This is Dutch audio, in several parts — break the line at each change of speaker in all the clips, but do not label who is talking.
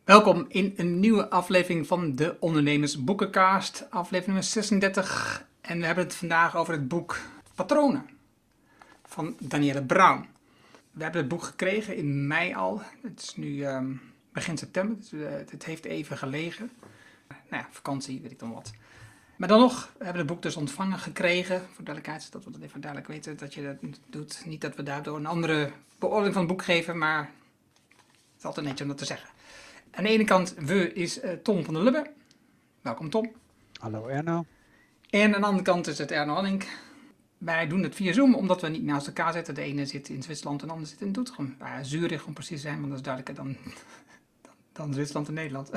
Welkom in een nieuwe aflevering van de Ondernemers Boekencast, aflevering nummer 36. En we hebben het vandaag over het boek Patronen van Danielle Brown. We hebben het boek gekregen in mei al. Het is nu begin september, dus het heeft even gelegen. Nou ja, vakantie, weet ik dan wat. Maar dan nog, we hebben het boek dus ontvangen gekregen. Voor duidelijkheid, dat we dat even duidelijk weten dat je dat doet. Niet dat we daardoor een andere beoordeling van het boek geven, maar het is altijd netjes om dat te zeggen. Aan de ene kant we is Tom van der Lubbe. Welkom Tom.
Hallo Erno.
En aan de andere kant is het Erno Hanning. Wij doen het via Zoom omdat we niet naast elkaar zitten. De ene zit in Zwitserland en de andere zit in Doetinchem. Zurich om precies te zijn, want dat is duidelijker dan Zwitserland en Nederland.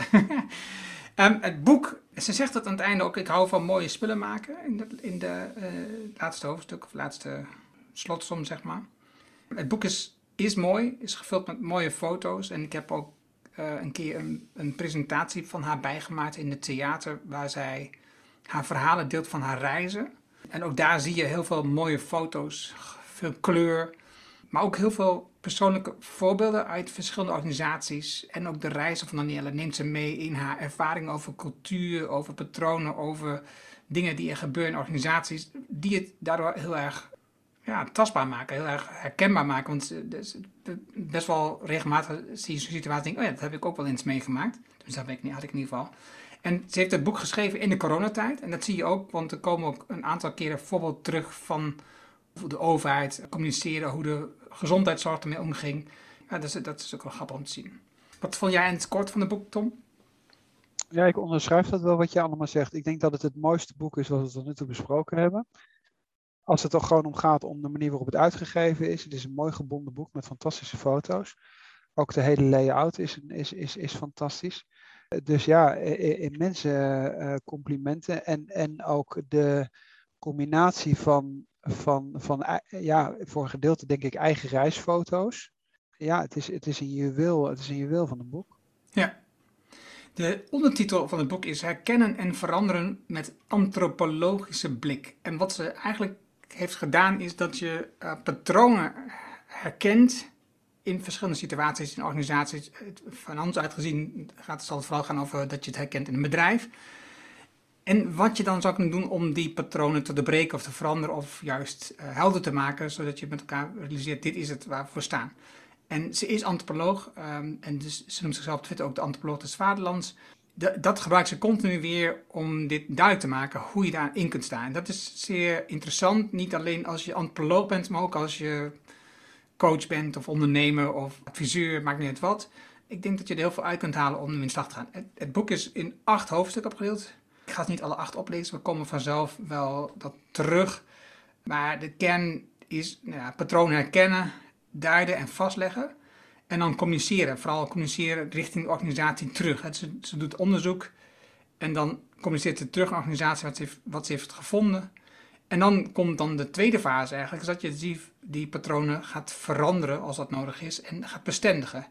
Het boek, ze zegt het aan het einde ook, ik hou van mooie spullen maken. In de laatste hoofdstuk of laatste slotsom zeg maar. Het boek is mooi, is gevuld met mooie foto's. En ik heb ook een keer een presentatie van haar bijgemaakt in het theater, waar zij haar verhalen deelt van haar reizen. En ook daar zie je heel veel mooie foto's, veel kleur, maar ook heel veel persoonlijke voorbeelden uit verschillende organisaties. En ook de reizen van Danielle neemt ze mee in haar ervaring over cultuur, over patronen, over dingen die er gebeuren in organisaties, die het daardoor heel erg tastbaar maken, heel erg herkenbaar maken. Want best wel regelmatig zie je zo'n situatie en denk, dat heb ik ook wel eens meegemaakt. Dus dat had ik in ieder geval. En ze heeft het boek geschreven in de coronatijd. En dat zie je ook, want er komen ook een aantal keren voorbeeld terug van hoe de overheid communiceren, hoe de gezondheidszorg ermee omging. Ja, dat is ook wel grappig om te zien. Wat vond jij in het kort van het boek, Tom?
Ja, ik onderschrijf dat wel wat je allemaal zegt. Ik denk dat het mooiste boek is wat we tot nu toe besproken hebben. Als het er gewoon om gaat om de manier waarop het uitgegeven is. Het is een mooi gebonden boek met fantastische foto's. Ook de hele layout is fantastisch. Dus ja, immense complimenten. En ook de combinatie van voor een gedeelte denk ik eigen reisfoto's. Ja, het is een juweel van een boek.
Ja. De ondertitel van het boek is Herkennen en veranderen met antropologische blik. En wat ze eigenlijk heeft gedaan is dat je patronen herkent in verschillende situaties, in organisaties. Van ons uitgezien zal het vooral gaan over dat je het herkent in een bedrijf. En wat je dan zou kunnen doen om die patronen te doorbreken of te veranderen of juist helder te maken, zodat je met elkaar realiseert, dit is het waar we voor staan. En ze is antropoloog en dus ze noemt zichzelf op Twitter ook de antropoloog des vaderlands. Dat gebruikt ze continu weer om dit duidelijk te maken, hoe je daarin kunt staan. En dat is zeer interessant, niet alleen als je antropoloog bent, maar ook als je coach bent of ondernemer of adviseur, maakt niet uit wat. Ik denk dat je er heel veel uit kunt halen om ermee in slag te gaan. Het boek is in 8 hoofdstukken opgedeeld. Ik ga het niet alle 8 oplezen, we komen vanzelf wel dat terug. Maar de kern is patronen herkennen, duiden en vastleggen. En dan communiceren, vooral communiceren richting de organisatie terug. Ze doet onderzoek en dan communiceert ze terug naar de organisatie wat ze heeft gevonden. En dan komt dan de tweede fase eigenlijk, is dat je die patronen gaat veranderen als dat nodig is en gaat bestendigen.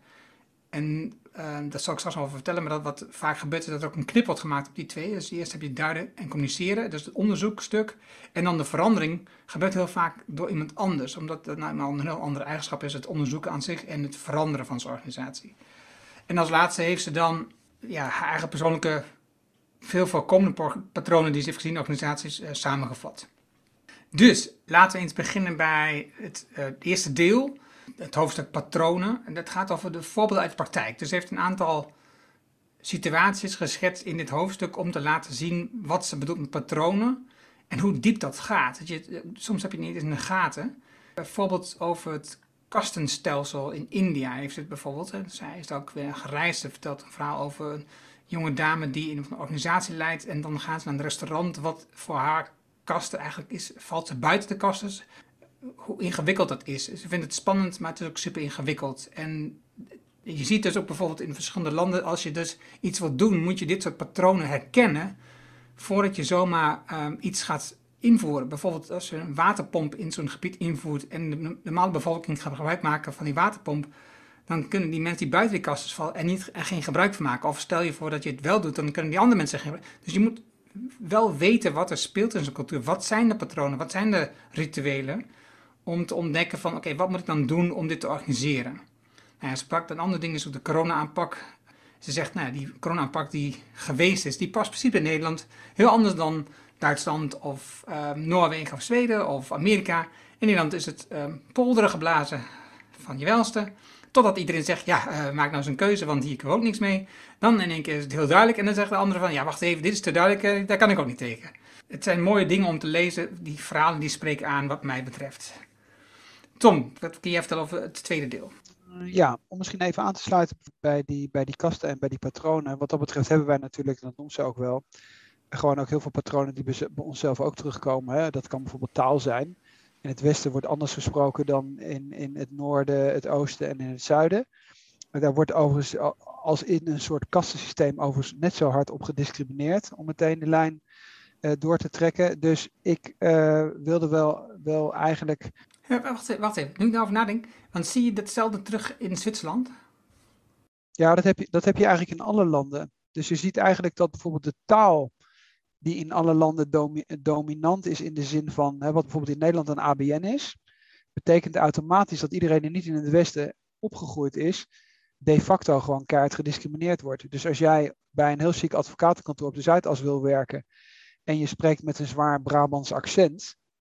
En dat zal ik straks nog over vertellen, maar wat vaak gebeurt is dat er ook een knip wordt gemaakt op die twee. Dus eerst heb je duiden en communiceren, dus het onderzoekstuk. En dan de verandering gebeurt heel vaak door iemand anders, omdat het nou een heel andere eigenschap is, het onderzoeken aan zich en het veranderen van zijn organisatie. En als laatste heeft ze dan haar eigen persoonlijke, veel voorkomende patronen die ze heeft gezien in organisaties samengevat. Dus laten we eens beginnen bij het eerste deel. Het hoofdstuk patronen. En dat gaat over de voorbeelden uit de praktijk. Dus ze heeft een aantal situaties geschetst in dit hoofdstuk om te laten zien wat ze bedoelt met patronen en hoe diep dat gaat. Soms heb je het niet eens in de gaten. Bijvoorbeeld over het kastenstelsel in India heeft het bijvoorbeeld. Zij is ook weer gereisd. Ze vertelt een verhaal over een jonge dame die in een organisatie leidt en dan gaat ze naar een restaurant wat voor haar kasten eigenlijk is, valt ze buiten de kasten. Hoe ingewikkeld dat is. Ze vindt het spannend, maar het is ook super ingewikkeld. En je ziet dus ook bijvoorbeeld in verschillende landen, als je dus iets wilt doen, moet je dit soort patronen herkennen voordat je zomaar iets gaat invoeren. Bijvoorbeeld als je een waterpomp in zo'n gebied invoert en de normale bevolking gaat gebruik maken van die waterpomp, dan kunnen die mensen die buiten die kasten vallen er geen gebruik van maken. Of stel je voor dat je het wel doet, dan kunnen die andere mensen geen gebruik. Dus je moet wel weten wat er speelt in zo'n cultuur. Wat zijn de patronen? Wat zijn de rituelen? Om te ontdekken van, oké, wat moet ik dan doen om dit te organiseren? Ze sprak een ander ding is ook de corona-aanpak. Ze zegt, nou, die corona-aanpak die geweest is, die past precies bij Nederland. Heel anders dan Duitsland of Noorwegen of Zweden of Amerika. In Nederland is het polderen geblazen van je welste. Totdat iedereen zegt, ja, maak nou eens een keuze, want hier kunnen we ook niks mee. Dan in één keer is het heel duidelijk. En dan zegt de andere van, ja, wacht even, dit is te duidelijk, daar kan ik ook niet tegen. Het zijn mooie dingen om te lezen. Die verhalen die spreken aan wat mij betreft. Tom, wat kun je vertellen over het tweede deel?
Ja, om misschien even aan te sluiten bij die kasten en bij die patronen. Wat dat betreft hebben wij natuurlijk, dat noemt ze ook wel, gewoon ook heel veel patronen die bij onszelf ook terugkomen. Hè. Dat kan bijvoorbeeld taal zijn. In het westen wordt anders gesproken dan in het noorden, het oosten en in het zuiden. Maar daar wordt overigens als in een soort kastensysteem overigens net zo hard op gediscrimineerd, om meteen de lijn door te trekken. Dus ik wilde wel eigenlijk...
Wacht even, nu ik daarover nadenk. Want zie je datzelfde terug in Zwitserland?
Ja, dat heb je eigenlijk in alle landen. Dus je ziet eigenlijk dat bijvoorbeeld de taal die in alle landen dominant is in de zin van, wat bijvoorbeeld in Nederland een ABN is, betekent automatisch dat iedereen die niet in het Westen opgegroeid is, de facto gewoon keihard gediscrimineerd wordt. Dus als jij bij een heel chic advocatenkantoor op de Zuidas wil werken en je spreekt met een zwaar Brabants accent,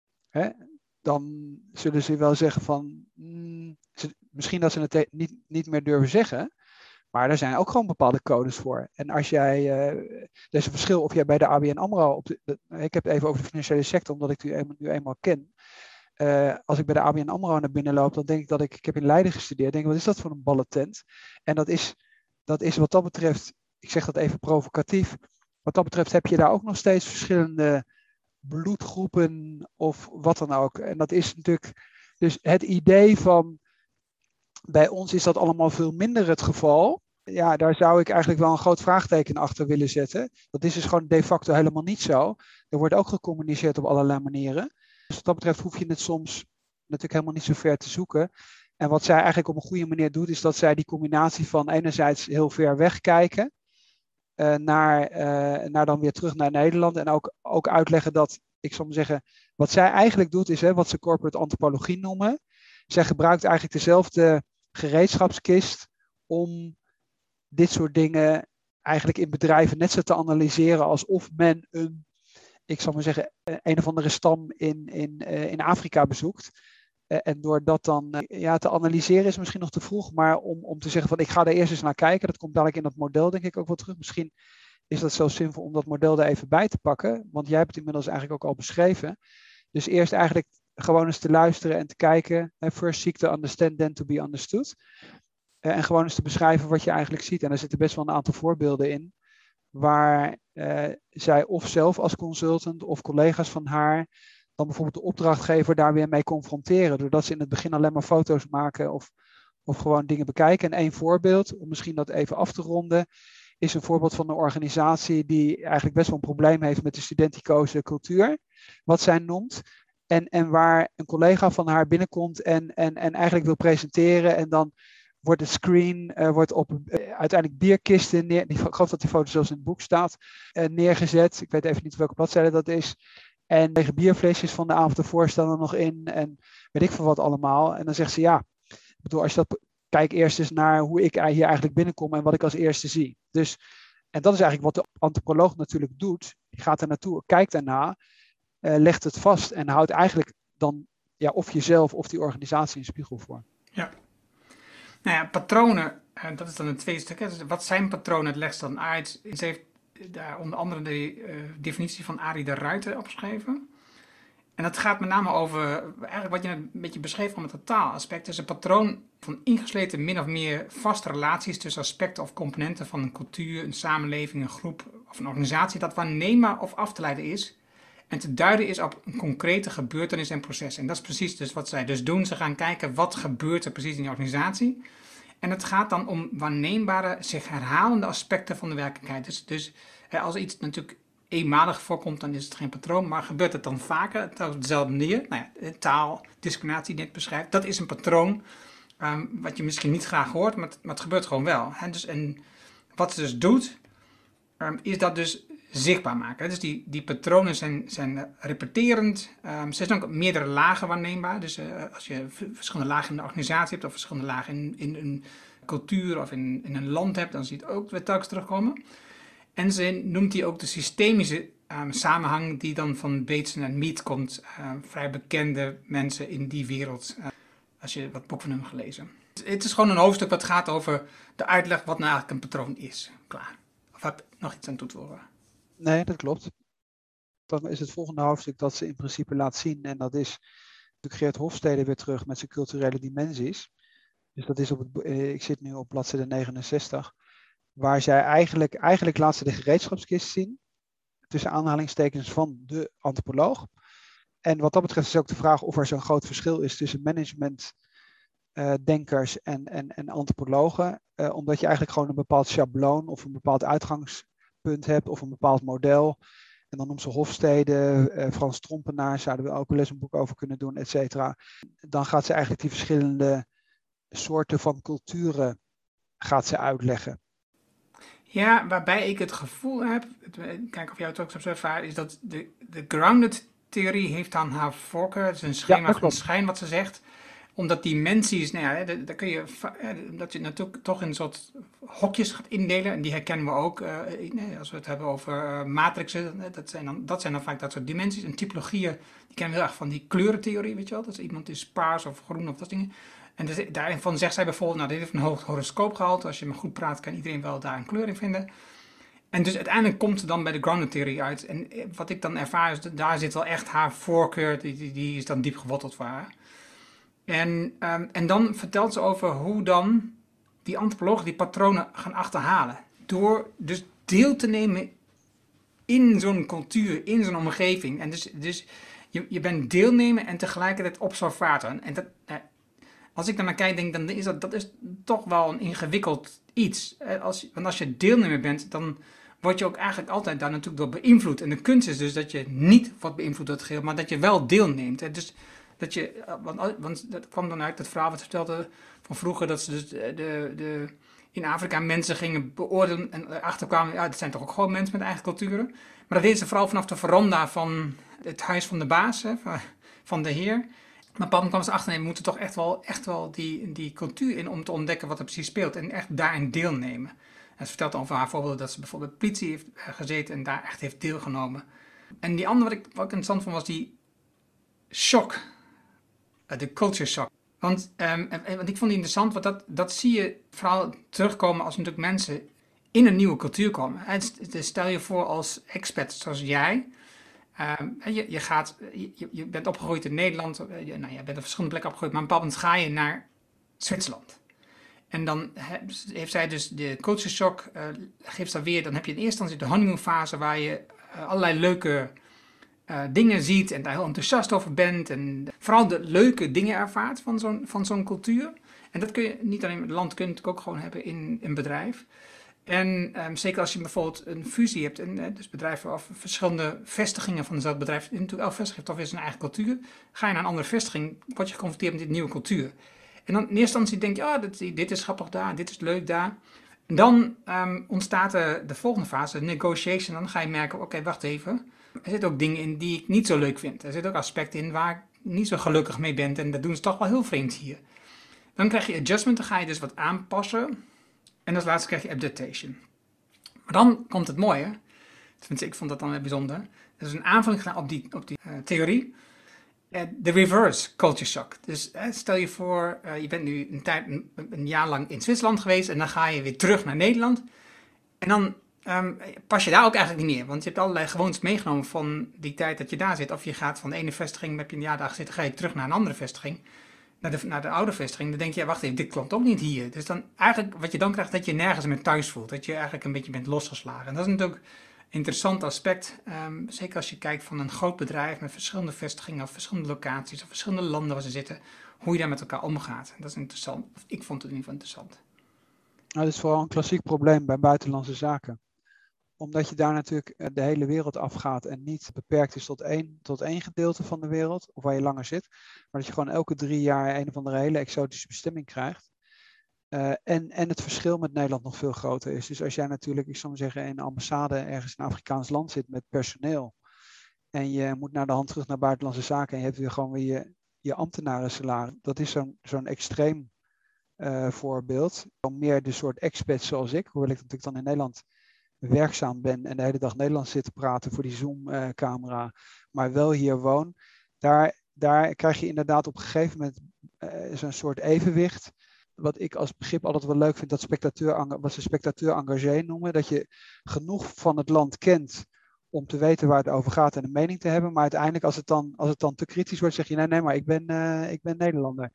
dan zullen ze wel zeggen van, misschien dat ze het niet meer durven zeggen, maar er zijn ook gewoon bepaalde codes voor. En als jij, er is een verschil of jij bij de ABN AMRO, ik heb het even over de financiële sector, omdat ik die nu eenmaal ken. Als ik bij de ABN AMRO naar binnen loop, dan denk ik dat ik heb in Leiden gestudeerd, denk wat is dat voor een ballentent? En dat is wat dat betreft, ik zeg dat even provocatief, wat dat betreft heb je daar ook nog steeds verschillende bloedgroepen of wat dan ook. En dat is natuurlijk, dus het idee van, bij ons is dat allemaal veel minder het geval. Ja, daar zou ik eigenlijk wel een groot vraagteken achter willen zetten. Dat is dus gewoon de facto helemaal niet zo. Er wordt ook gecommuniceerd op allerlei manieren. Dus wat dat betreft hoef je het soms natuurlijk helemaal niet zo ver te zoeken. En wat zij eigenlijk op een goede manier doet, is dat zij die combinatie van enerzijds heel ver wegkijken, naar dan weer terug naar Nederland. En ook uitleggen dat, ik zal maar zeggen, wat zij eigenlijk doet is wat ze corporate antropologie noemen. Zij gebruikt eigenlijk dezelfde gereedschapskist om dit soort dingen eigenlijk in bedrijven net zo te analyseren alsof men ik zal maar zeggen, een of andere stam in Afrika bezoekt. En door dat dan te analyseren is misschien nog te vroeg, maar om te zeggen van ik ga er eerst eens naar kijken, dat komt dadelijk in dat model denk ik ook wel terug. Misschien is dat zo zinvol om dat model er even bij te pakken, want jij hebt het inmiddels eigenlijk ook al beschreven. Dus eerst eigenlijk gewoon eens te luisteren en te kijken. First seek to understand, then to be understood. En gewoon eens te beschrijven wat je eigenlijk ziet. En er zitten best wel een aantal voorbeelden in, waar zij of zelf als consultant of collega's van haar dan bijvoorbeeld de opdrachtgever daar weer mee confronteren. Doordat ze in het begin alleen maar foto's maken of gewoon dingen bekijken. En één voorbeeld, om misschien dat even af te ronden, is een voorbeeld van een organisatie die eigenlijk best wel een probleem heeft met de studenticoze cultuur, wat zij noemt. En waar een collega van haar binnenkomt en eigenlijk wil presenteren en dan wordt het screen wordt op uiteindelijk bierkisten ik geloof dat die foto zelfs in het boek staat, neergezet. Ik weet even niet welke bladzijde dat is. En tegen bierflesjes van de avond ervoor staan er nog in en weet ik veel wat allemaal. En dan zegt ze ja, ik bedoel, als je dat kijk eerst eens naar hoe ik hier eigenlijk binnenkom en wat ik als eerste zie. Dus, en dat is eigenlijk wat de antropoloog natuurlijk doet. Die gaat er naartoe, kijkt daarna, legt het vast en houdt eigenlijk dan of jezelf of die organisatie een spiegel voor.
Ja. Nou ja, patronen, dat is dan het tweede stuk. Dus wat zijn patronen? Het legt ze dan uit. Ze heeft daar onder andere de definitie van Arie de Ruiter opgeschreven. En dat gaat met name over eigenlijk wat je net een beetje beschreef van het totaalaspect. Dus een patroon van ingesleten min of meer vaste relaties tussen aspecten of componenten van een cultuur, een samenleving, een groep of een organisatie dat waarneembaar of af te leiden is en te duiden is op een concrete gebeurtenis en proces. En dat is precies dus wat zij dus doen. Ze gaan kijken wat gebeurt er precies in die organisatie. En het gaat dan om waarneembare, zich herhalende aspecten van de werkelijkheid. Dus als iets natuurlijk eenmalig voorkomt, dan is het geen patroon. Maar gebeurt het dan vaker, op dezelfde manier? Nou ja, taal, discriminatie die net beschrijft, dat is een patroon wat je misschien niet graag hoort, maar het gebeurt gewoon wel. Dus, en wat ze dus doet, is dat dus zichtbaar maken. Dus die patronen zijn repeterend. Ze zijn ook op meerdere lagen waarneembaar. Dus als je verschillende lagen in de organisatie hebt of verschillende lagen in een cultuur of in een land hebt, dan zie je het ook weer telkens terugkomen. En ze noemt hij ook de systemische samenhang die dan van Bateson en Mead komt. Vrij bekende mensen in die wereld, als je wat boek van hem gelezen. Het is gewoon een hoofdstuk wat gaat over de uitleg wat nou eigenlijk een patroon is. Klaar. Of heb je nog iets aan toe te voegen?
Nee, dat klopt. Dan is het volgende hoofdstuk dat ze in principe laat zien. En dat is de Geert Hofstede weer terug met zijn culturele dimensies. Dus dat is ik zit nu op bladzijde 69. Waar zij eigenlijk laat ze de gereedschapskist zien. Tussen aanhalingstekens van de antropoloog. En wat dat betreft is ook de vraag of er zo'n groot verschil is tussen managementdenkers en antropologen. Omdat je eigenlijk gewoon een bepaald schabloon of een bepaald uitgangspunt hebt of een bepaald model. En dan noemt ze Hofstede, Frans Trompenaar, zouden we ook wel eens een boek over kunnen doen, et cetera. Dan gaat ze eigenlijk die verschillende soorten van culturen uitleggen.
Ja, waarbij ik het gevoel heb, kijk of jij het ook zo ervaren, is dat de grounded theorie heeft aan haar voorkeur. Het is een schema van schijn wat ze zegt. Omdat dimensies, nou ja, daar kun je, dat je natuurlijk toch in een soort hokjes gaat indelen. En die herkennen we ook als we het hebben over matrixen. Dat zijn dan vaak dat soort dimensies. En typologieën, die kennen we heel erg van die kleurentheorie, weet je wel. Dat iemand is paars of groen of dat dingen. En dus, daarvan zegt zij bijvoorbeeld, nou dit heeft een hoog horoscoopgehalte. Als je maar goed praat, kan iedereen wel daar een kleur in vinden. En dus uiteindelijk komt ze dan bij de grounded theorie uit. En wat ik dan ervaar is, daar zit wel echt haar voorkeur, die is dan diep geworteld voor haar. En dan vertelt ze over hoe dan die antropologen die patronen gaan achterhalen. Door dus deel te nemen in zo'n cultuur, in zo'n omgeving. En dus je bent deelnemer en tegelijkertijd observator. En dat, als ik daar naar kijk, denk dan is dat is toch wel een ingewikkeld iets. Want als je deelnemer bent, dan word je ook eigenlijk altijd daar natuurlijk door beïnvloed. En de kunst is dus dat je niet wordt beïnvloed door het geheel, maar dat je wel deelneemt. Dus dat je, want dat kwam dan uit het verhaal wat ze vertelde van vroeger, dat ze dus in Afrika mensen gingen beoordelen en erachter kwamen, ja, dat zijn toch ook gewoon mensen met eigen culturen. Maar dat deden ze vooral vanaf de veranda van het huis van de baas, van de heer. Maar op een kwam ze achter, nee, we moeten toch echt wel die cultuur in om te ontdekken wat er precies speelt en echt daarin deelnemen. En ze vertelt over haar voorbeeld dat ze bijvoorbeeld bij de politie heeft gezeten en daar echt heeft deelgenomen. En die andere wat ik interessant vond was die shock. De culture shock. Want ik vond die interessant, want dat zie je vooral terugkomen als natuurlijk mensen in een nieuwe cultuur komen. Dus stel je voor als expat zoals jij. Je bent opgegroeid in Nederland. Je bent op verschillende plekken opgegroeid. Maar op een bepaald moment ga je naar Zwitserland. En dan heeft zij dus de culture shock. Geeft ze weer. Dan heb je in eerste instantie de honeymoon fase waar je allerlei leuke dingen ziet en daar heel enthousiast over bent en vooral de leuke dingen ervaart van zo'n cultuur. En dat kun je niet alleen in het land, kun je natuurlijk ook gewoon hebben in een bedrijf. En zeker als je bijvoorbeeld een fusie hebt, en dus bedrijven of verschillende vestigingen van hetzelfde bedrijf, natuurlijk elke vestiging heeft toch weer zijn eigen cultuur, ga je naar een andere vestiging, word je geconfronteerd met die nieuwe cultuur. En dan in eerste instantie denk je, dit is grappig daar, dit is leuk daar. En dan ontstaat de volgende fase, de negotiation, dan ga je merken, oké, wacht even. Er zitten ook dingen in die ik niet zo leuk vind. Er zitten ook aspecten in waar ik niet zo gelukkig mee ben. En dat doen ze toch wel heel vreemd hier. Dan krijg je adjustment. Dan ga je dus wat aanpassen. En als laatste krijg je adaptation. Maar dan komt het mooie. Tenminste, ik vond dat dan weer bijzonder. Er is een aanvulling gedaan op die theorie. De reverse culture shock. Dus stel je voor, je bent nu een jaar lang in Zwitserland geweest. En dan ga je weer terug naar Nederland. En dan pas je daar ook eigenlijk niet meer. Want je hebt allerlei gewoontes meegenomen van die tijd dat je daar zit. Of je gaat van de ene vestiging, heb je een jaar daar gezeten, ga je terug naar een andere vestiging. Naar de oude vestiging. Dan denk je, wacht even, dit klopt ook niet hier. Dus dan eigenlijk, wat je dan krijgt, dat je nergens meer thuis voelt. Dat je eigenlijk een beetje bent losgeslagen. En dat is natuurlijk een interessant aspect. Zeker als je kijkt van een groot bedrijf met verschillende vestigingen of verschillende locaties of verschillende landen waar ze zitten. Hoe je daar met elkaar omgaat. En dat is interessant. Ik vond het in ieder geval interessant.
Nou, dat is vooral een klassiek probleem bij buitenlandse zaken. Omdat je daar natuurlijk de hele wereld afgaat en niet beperkt is tot één gedeelte van de wereld, of waar je langer zit. Maar dat je gewoon elke 3 jaar een of andere hele exotische bestemming krijgt. En het verschil met Nederland nog veel groter is. Dus als jij natuurlijk, ik zou maar zeggen, in een ambassade ergens in een Afrikaans land zit met personeel. En je moet naar de hand terug naar buitenlandse zaken en je hebt weer gewoon weer je ambtenarensalaris. Dat is zo'n extreem voorbeeld. Dan meer de soort expats zoals ik, hoewel ik natuurlijk dan in Nederland werkzaam ben en de hele dag Nederlands zit te praten voor die Zoom-camera, maar wel hier woon. Daar krijg je inderdaad op een gegeven moment zo'n soort evenwicht. Wat ik als begrip altijd wel leuk vind, wat ze spectateur engagé noemen. Dat je genoeg van het land kent om te weten waar het over gaat en een mening te hebben. Maar uiteindelijk, als het dan te kritisch wordt, zeg je nee, maar ik ben Nederlander.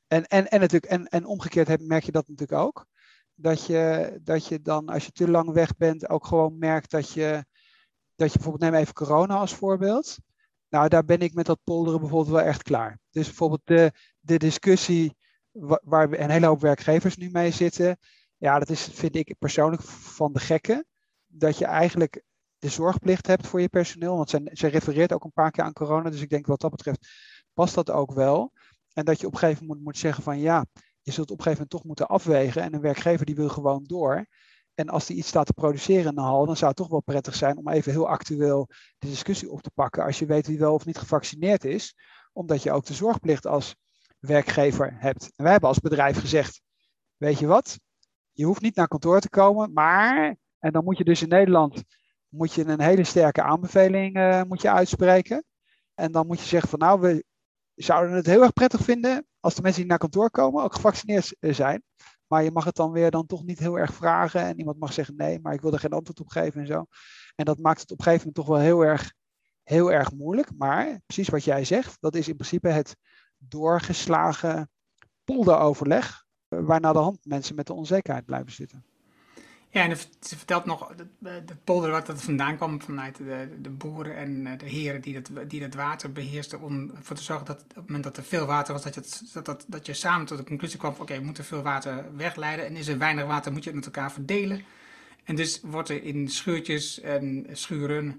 En omgekeerd merk je dat natuurlijk ook. Dat je dan, als je te lang weg bent, ook gewoon merkt dat je bijvoorbeeld, neem even corona als voorbeeld. Nou, daar ben ik met dat polderen bijvoorbeeld wel echt klaar. Dus bijvoorbeeld de discussie waar een hele hoop werkgevers nu mee zitten. Ja, dat is, vind ik persoonlijk, van de gekken. Dat je eigenlijk de zorgplicht hebt voor je personeel. Want ze refereert ook een paar keer aan corona. Dus ik denk wat dat betreft past dat ook wel. En dat je op een gegeven moment moet zeggen van ja, je zult op een gegeven moment toch moeten afwegen. En een werkgever die wil gewoon door. En als die iets staat te produceren in de hal, dan zou het toch wel prettig zijn om even heel actueel de discussie op te pakken. Als je weet wie wel of niet gevaccineerd is. Omdat je ook de zorgplicht als werkgever hebt. En wij hebben als bedrijf gezegd, weet je wat, je hoeft niet naar kantoor te komen, maar, en dan moet je dus in Nederland, moet je een hele sterke aanbeveling moet je uitspreken. En dan moet je zeggen van nou, we zouden het heel erg prettig vinden als de mensen die naar kantoor komen ook gevaccineerd zijn. Maar je mag het dan weer dan toch niet heel erg vragen. En iemand mag zeggen nee, maar ik wil er geen antwoord op geven en zo. En dat maakt het op een gegeven moment toch wel heel erg moeilijk. Maar precies wat jij zegt, dat is in principe het doorgeslagen polderoverleg. Waarna de hand mensen met de onzekerheid blijven zitten.
Ja, en ze vertelt nog de polder waar dat vandaan kwam vanuit de boeren en de heren die dat water beheersten om ervoor te zorgen dat op het moment dat er veel water was, dat je samen tot de conclusie kwam van oké, we moeten veel water wegleiden en is er weinig water moet je het met elkaar verdelen. En dus wordt er in schuurtjes en schuren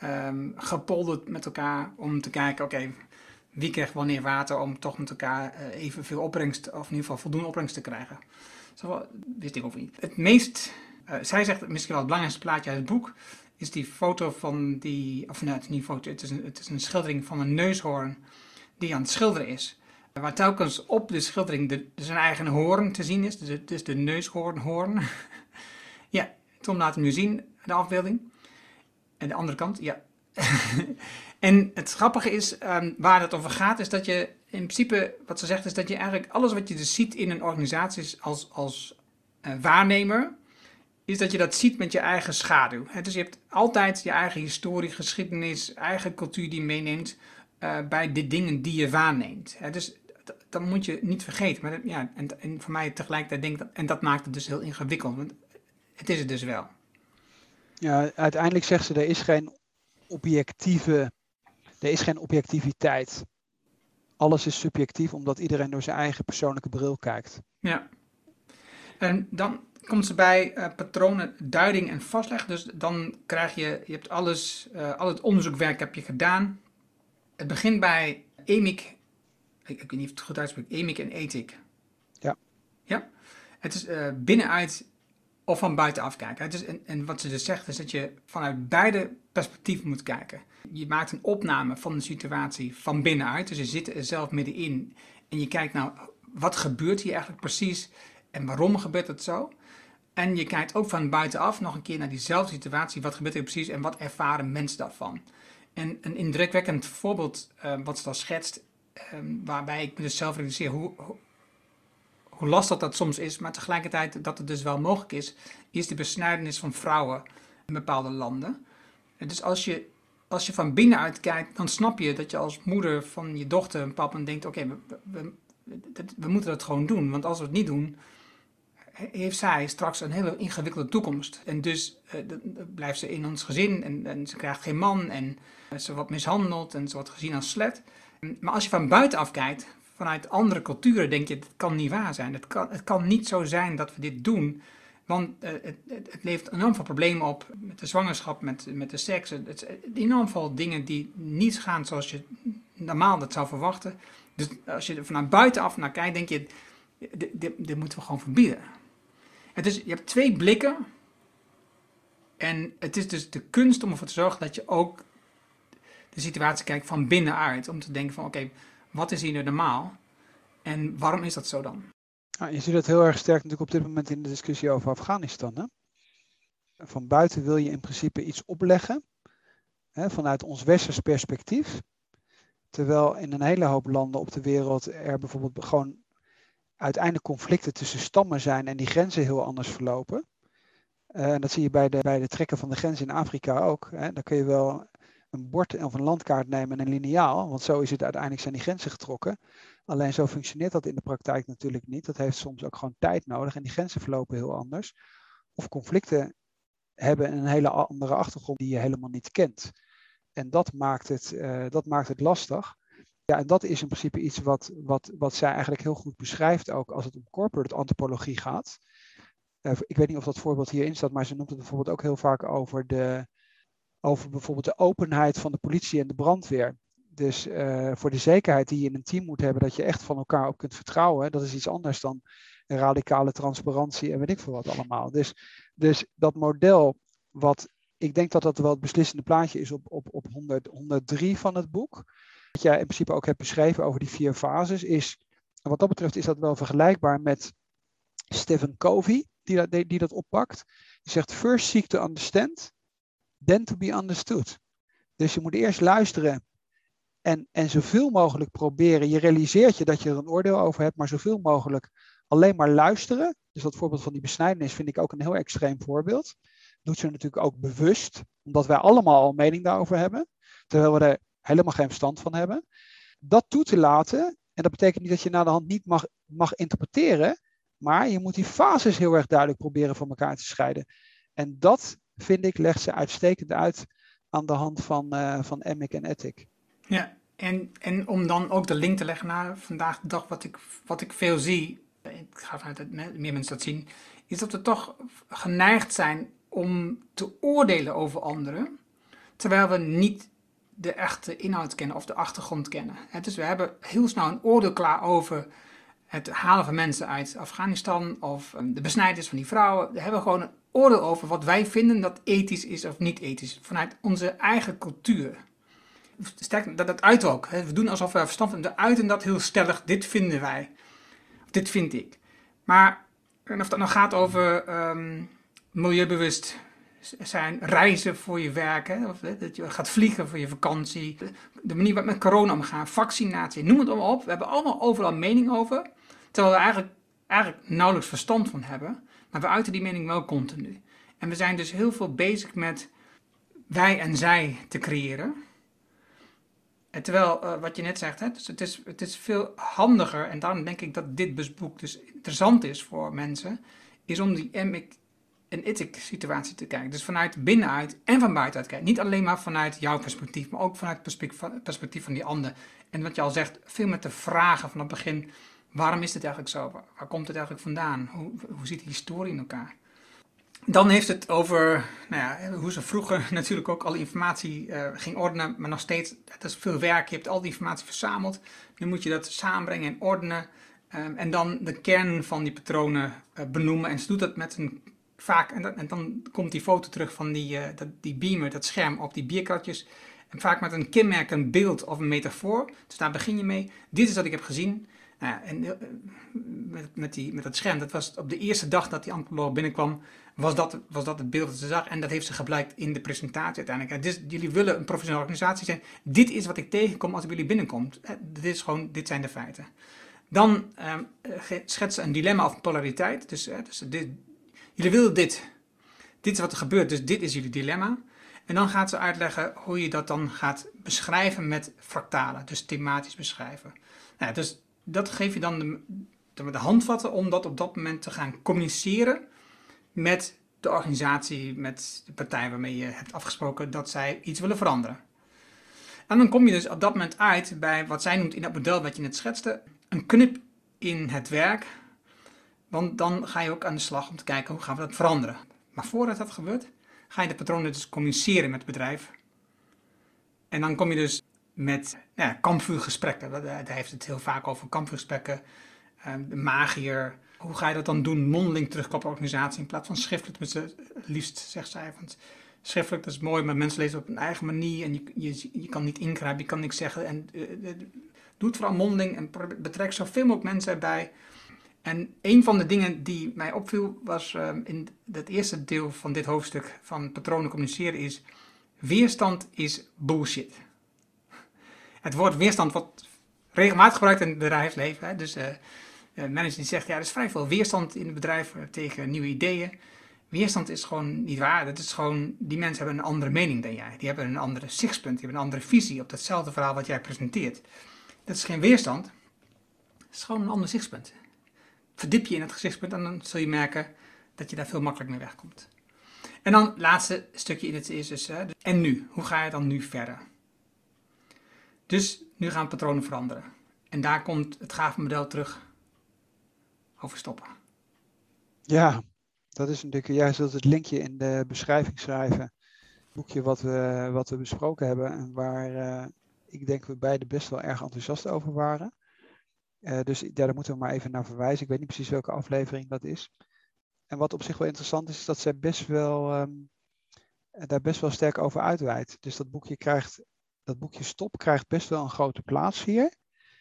gepolderd met elkaar om te kijken oké, wie krijgt wanneer water om toch met elkaar evenveel opbrengst of in ieder geval voldoende opbrengst te krijgen. Zo wist ik ook niet. Het meest zij zegt misschien wel het belangrijkste plaatje uit het boek is die foto van die, of nee, het is niet een foto, het is een schildering van een neushoorn die aan het schilderen is. Waar telkens op de schildering zijn eigen hoorn te zien is, dus de neushoornhoorn. Ja, Tom laat hem nu zien, de afbeelding. En de andere kant, ja. En het grappige is, waar het over gaat, is dat je in principe, wat ze zegt, is dat je eigenlijk alles wat je dus ziet in een organisatie als waarnemer, is dat je dat ziet met je eigen schaduw. Dus je hebt altijd je eigen historie, geschiedenis, eigen cultuur die je meeneemt bij de dingen die je waarneemt. Dus dat moet je niet vergeten. Maar ja, en voor mij tegelijkertijd denk ik, en dat maakt het dus heel ingewikkeld, want het is het dus wel.
Ja, uiteindelijk zegt ze, er is geen objectiviteit. Alles is subjectief, omdat iedereen door zijn eigen persoonlijke bril kijkt.
Ja. En dan komt ze bij patronen, duiding en vastleg. Dus dan krijg je hebt al het onderzoekwerk heb je gedaan. Het begint bij EMIC, ik weet niet of het goed uitspreekt, EMIC en ethiek.
Ja.
Ja. Het is binnenuit of van buitenaf kijken. Het is, en wat ze dus zegt is dat je vanuit beide perspectieven moet kijken. Je maakt een opname van de situatie van binnenuit. Dus je zit er zelf middenin en je kijkt nou, wat gebeurt hier eigenlijk precies en waarom gebeurt het zo? En je kijkt ook van buitenaf nog een keer naar diezelfde situatie. Wat gebeurt er precies en wat ervaren mensen daarvan? En een indrukwekkend voorbeeld wat ze dan schetst, waarbij ik me dus zelf realiseer hoe lastig dat soms is, maar tegelijkertijd dat het dus wel mogelijk is de besnijdenis van vrouwen in bepaalde landen. En dus als je van binnenuit kijkt, dan snap je dat je als moeder van je dochter een bepaald moment denkt, oké, we moeten dat gewoon doen. Want als we het niet doen, heeft zij straks een hele ingewikkelde toekomst. En dus blijft ze in ons gezin en ze krijgt geen man en ze wordt mishandeld en ze wordt gezien als slet. Maar als je van buitenaf kijkt, vanuit andere culturen, denk je, het kan niet waar zijn. Het kan niet zo zijn dat we dit doen. Want het levert enorm veel problemen op met de zwangerschap, met de seks. Het enorm veel dingen die niet gaan zoals je normaal dat zou verwachten. Dus als je er vanuit buitenaf naar kijkt, denk je, dit moeten we gewoon verbieden. Je hebt twee blikken. En het is dus de kunst om ervoor te zorgen dat je ook de situatie kijkt van binnenuit. Om te denken van oké, wat is hier nu normaal? En waarom is dat zo dan?
Je ziet dat heel erg sterk natuurlijk op dit moment in de discussie over Afghanistan. Hè? Van buiten wil je in principe iets opleggen, hè, vanuit ons westers perspectief. Terwijl in een hele hoop landen op de wereld er bijvoorbeeld gewoon uiteindelijk conflicten tussen stammen zijn en die grenzen heel anders verlopen. En dat zie je bij de trekken van de grens in Afrika ook. Hè. Dan kun je wel een bord of een landkaart nemen en een liniaal, want zo is het uiteindelijk zijn die grenzen getrokken. Alleen zo functioneert dat in de praktijk natuurlijk niet. Dat heeft soms ook gewoon tijd nodig en die grenzen verlopen heel anders. Of conflicten hebben een hele andere achtergrond die je helemaal niet kent. En dat maakt het lastig. Ja, en dat is in principe iets wat zij eigenlijk heel goed beschrijft ook als het om corporate antropologie gaat. Ik weet niet of dat voorbeeld hierin staat, maar ze noemt het bijvoorbeeld ook heel vaak over bijvoorbeeld de openheid van de politie en de brandweer. Dus voor de zekerheid die je in een team moet hebben, dat je echt van elkaar op kunt vertrouwen, dat is iets anders dan radicale transparantie en weet ik veel wat allemaal. Dus dat model, wat ik denk dat dat wel het beslissende plaatje is op 103 van het boek, wat jij in principe ook hebt beschreven over die 4 fases, en wat dat betreft is dat wel vergelijkbaar met Stephen Covey, die dat oppakt. Die zegt, first seek to understand, then to be understood. Dus je moet eerst luisteren en zoveel mogelijk proberen. Je realiseert je dat je er een oordeel over hebt, maar zoveel mogelijk alleen maar luisteren. Dus dat voorbeeld van die besnijdenis vind ik ook een heel extreem voorbeeld. Doet ze natuurlijk ook bewust, omdat wij allemaal al een mening daarover hebben, terwijl we er helemaal geen verstand van hebben. Dat toe te laten, en dat betekent niet dat je na de hand niet mag interpreteren, maar je moet die fases heel erg duidelijk proberen van elkaar te scheiden. En dat, vind ik, legt ze uitstekend uit aan de hand van Emick en Ethick.
Ja, en om dan ook de link te leggen naar vandaag de dag, wat ik veel zie, ik ga vanuit dat meer mensen dat zien, is dat we toch geneigd zijn om te oordelen over anderen, terwijl we niet de echte inhoud kennen of de achtergrond kennen. Dus we hebben heel snel een oordeel klaar over het halen van mensen uit Afghanistan of de besnijdenis van die vrouwen. We hebben gewoon een oordeel over wat wij vinden dat ethisch is of niet ethisch, vanuit onze eigen cultuur. Sterk, dat uit ook. We doen alsof we verstand hebben. We uiten dat heel stellig. Dit vinden wij. Of dit vind ik. Maar of dat nou gaat over milieubewust zijn, reizen voor je werk, of dat je gaat vliegen voor je vakantie, de manier waarop met corona omgaan, vaccinatie, noem het allemaal op. We hebben allemaal overal mening over, terwijl we eigenlijk nauwelijks verstand van hebben. Maar we uiten die mening wel continu. En we zijn dus heel veel bezig met wij en zij te creëren. Terwijl, wat je net zegt, dus het is veel handiger, en daarom denk ik dat dit boek dus interessant is voor mensen, is om die Emick en Ethick situatie te kijken. Dus vanuit binnenuit en van buitenuit kijken. Niet alleen maar vanuit jouw perspectief, maar ook vanuit het perspectief van die ander. En wat je al zegt, veel met de vragen van het begin, waarom is dit eigenlijk zo? Waar komt het eigenlijk vandaan? Hoe zit die historie in elkaar? Dan heeft het over hoe ze vroeger natuurlijk ook alle informatie ging ordenen, maar nog steeds, dat is veel werk. Je hebt al die informatie verzameld, nu moet je dat samenbrengen en ordenen. En dan de kern van die patronen benoemen. En ze doet dat met vaak, en dan komt die foto terug van die beamer, dat scherm op die bierkratjes. En vaak met een kenmerkend beeld of een metafoor. Dus daar begin je mee. Dit is wat ik heb gezien. En met dat scherm, dat was op de eerste dag dat die antropoloog binnenkwam, was dat het beeld dat ze zag. En dat heeft ze gebruikt in de presentatie uiteindelijk. Dus jullie willen een professionele organisatie zijn. Dit is wat ik tegenkom als ik jullie binnenkomt. Dit zijn de feiten. Dan schetsen een dilemma of polariteit. Dus jullie willen dit. Dit is wat er gebeurt, dus dit is jullie dilemma. En dan gaat ze uitleggen hoe je dat dan gaat beschrijven met fractalen. Dus thematisch beschrijven. Dus dat geef je dan de handvatten om dat op dat moment te gaan communiceren met de organisatie, met de partij waarmee je hebt afgesproken dat zij iets willen veranderen. En dan kom je dus op dat moment uit bij wat zij noemt in dat model wat je net schetste, een knip in het werk. Want dan ga je ook aan de slag om te kijken hoe gaan we dat veranderen. Maar voordat dat gebeurt, ga je de patronen dus communiceren met het bedrijf. En dan kom je dus met kampvuurgesprekken. Daar heeft het heel vaak over kampvuurgesprekken. De magier. Hoe ga je dat dan doen? Mondeling terugkoppelen op de organisatie in plaats van schriftelijk. Liefst zegt zij. Want schriftelijk, dat is mooi, maar mensen lezen op hun eigen manier. En je kan niet ingrijpen, je kan niks zeggen. En doe het vooral mondeling en betrek zoveel mogelijk mensen erbij. En een van de dingen die mij opviel was in het eerste deel van dit hoofdstuk van patronen communiceren is: weerstand is bullshit. Het woord weerstand wordt regelmatig gebruikt in het bedrijfsleven. Hè? Dus manager die zegt, ja, er is vrij veel weerstand in het bedrijf tegen nieuwe ideeën. Weerstand is gewoon niet waar. Dat is gewoon, die mensen hebben een andere mening dan jij. Die hebben een andere zichtspunt, die hebben een andere visie op datzelfde verhaal wat jij presenteert. Dat is geen weerstand. Dat is gewoon een ander zichtspunt. Verdiep je in het gezichtspunt en dan zul je merken dat je daar veel makkelijker mee wegkomt. En dan het laatste stukje in het is dus, en nu? Hoe ga je dan nu verder? Dus nu gaan patronen veranderen. En daar komt het gave model terug over stoppen.
Ja, dat is natuurlijk, jij zult het linkje in de beschrijving schrijven. Het boekje wat we besproken hebben en waar ik denk we beide best wel erg enthousiast over waren. Dus ja, daar moeten we maar even naar verwijzen. Ik weet niet precies welke aflevering dat is. En wat op zich wel interessant is dat zij daar best wel sterk over uitweidt. Dus dat boekje Stop krijgt best wel een grote plaats hier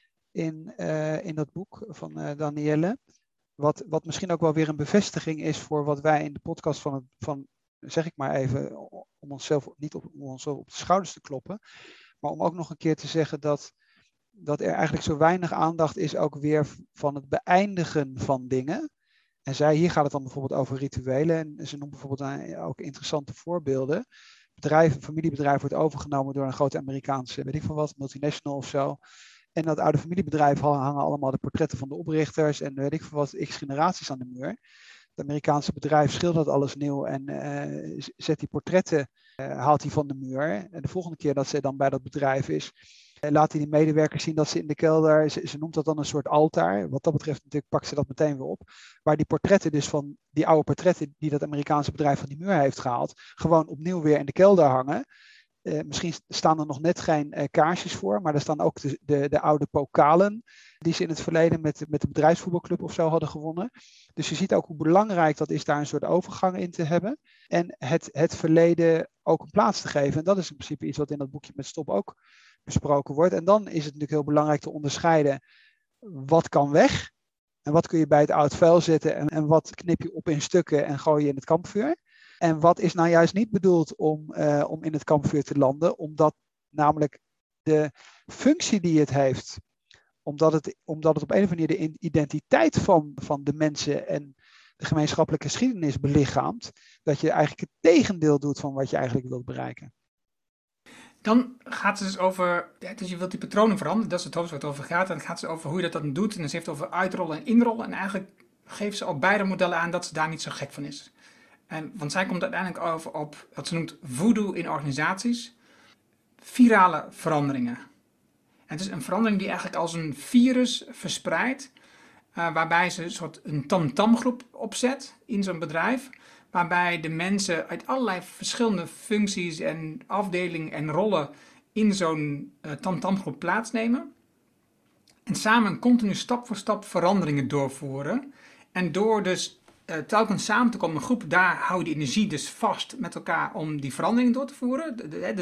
in dat boek van Danielle. Wat misschien ook wel weer een bevestiging is voor wat wij in de podcast van zeg ik maar even, om onszelf niet om onszelf op de schouders te kloppen, maar om ook nog een keer te zeggen dat er eigenlijk zo weinig aandacht is ook weer van het beëindigen van dingen. En hier gaat het dan bijvoorbeeld over rituelen. En ze noemt bijvoorbeeld ook interessante voorbeelden. Een familiebedrijf wordt overgenomen door een grote Amerikaanse, weet ik veel wat, multinational of zo. En dat oude familiebedrijf hangen allemaal de portretten van de oprichters en weet ik veel wat, x generaties aan de muur. Het Amerikaanse bedrijf schildert alles nieuw en zet die portretten, haalt die van de muur. En de volgende keer dat ze dan bij dat bedrijf is, laat hij die medewerkers zien dat ze in de kelder, ze noemt dat dan een soort altaar. Wat dat betreft natuurlijk pakt ze dat meteen weer op. Waar die portretten dus van die oude portretten die dat Amerikaanse bedrijf van die muur heeft gehaald, gewoon opnieuw weer in de kelder hangen. Misschien staan er nog net geen kaarsjes voor, maar er staan ook de oude pokalen die ze in het verleden met de bedrijfsvoetbalclub of zo hadden gewonnen. Dus je ziet ook hoe belangrijk dat is daar een soort overgang in te hebben. En het verleden ook een plaats te geven. En dat is in principe iets wat in dat boekje met Stop ook besproken wordt. En dan is het natuurlijk heel belangrijk te onderscheiden wat kan weg en wat kun je bij het oud vuil zetten en wat knip je op in stukken en gooi je in het kampvuur. En wat is nou juist niet bedoeld om in het kampvuur te landen, omdat namelijk de functie die het heeft, omdat het op een of andere manier de identiteit van de mensen en de gemeenschappelijke geschiedenis belichaamt, dat je eigenlijk het tegendeel doet van wat je eigenlijk wilt bereiken.
Dan gaat het dus over, dus je wilt die patronen veranderen, dat is het hoofdstuk wat over gaat. En dan gaat het over hoe je dat dan doet. En ze heeft het over uitrollen en inrollen. En eigenlijk geeft ze op beide modellen aan dat ze daar niet zo gek van is. Want zij komt uiteindelijk over op wat ze noemt voodoo in organisaties. Virale veranderingen. En het is een verandering die eigenlijk als een virus verspreidt. Waarbij ze een tam-tam-groep opzet in zo'n bedrijf. Waarbij de mensen uit allerlei verschillende functies en afdelingen en rollen in zo'n tam-tam-groep plaatsnemen. En samen continu stap voor stap veranderingen doorvoeren. En door dus telkens samen te komen in een groep, daar hou je de energie dus vast met elkaar om die verandering door te voeren.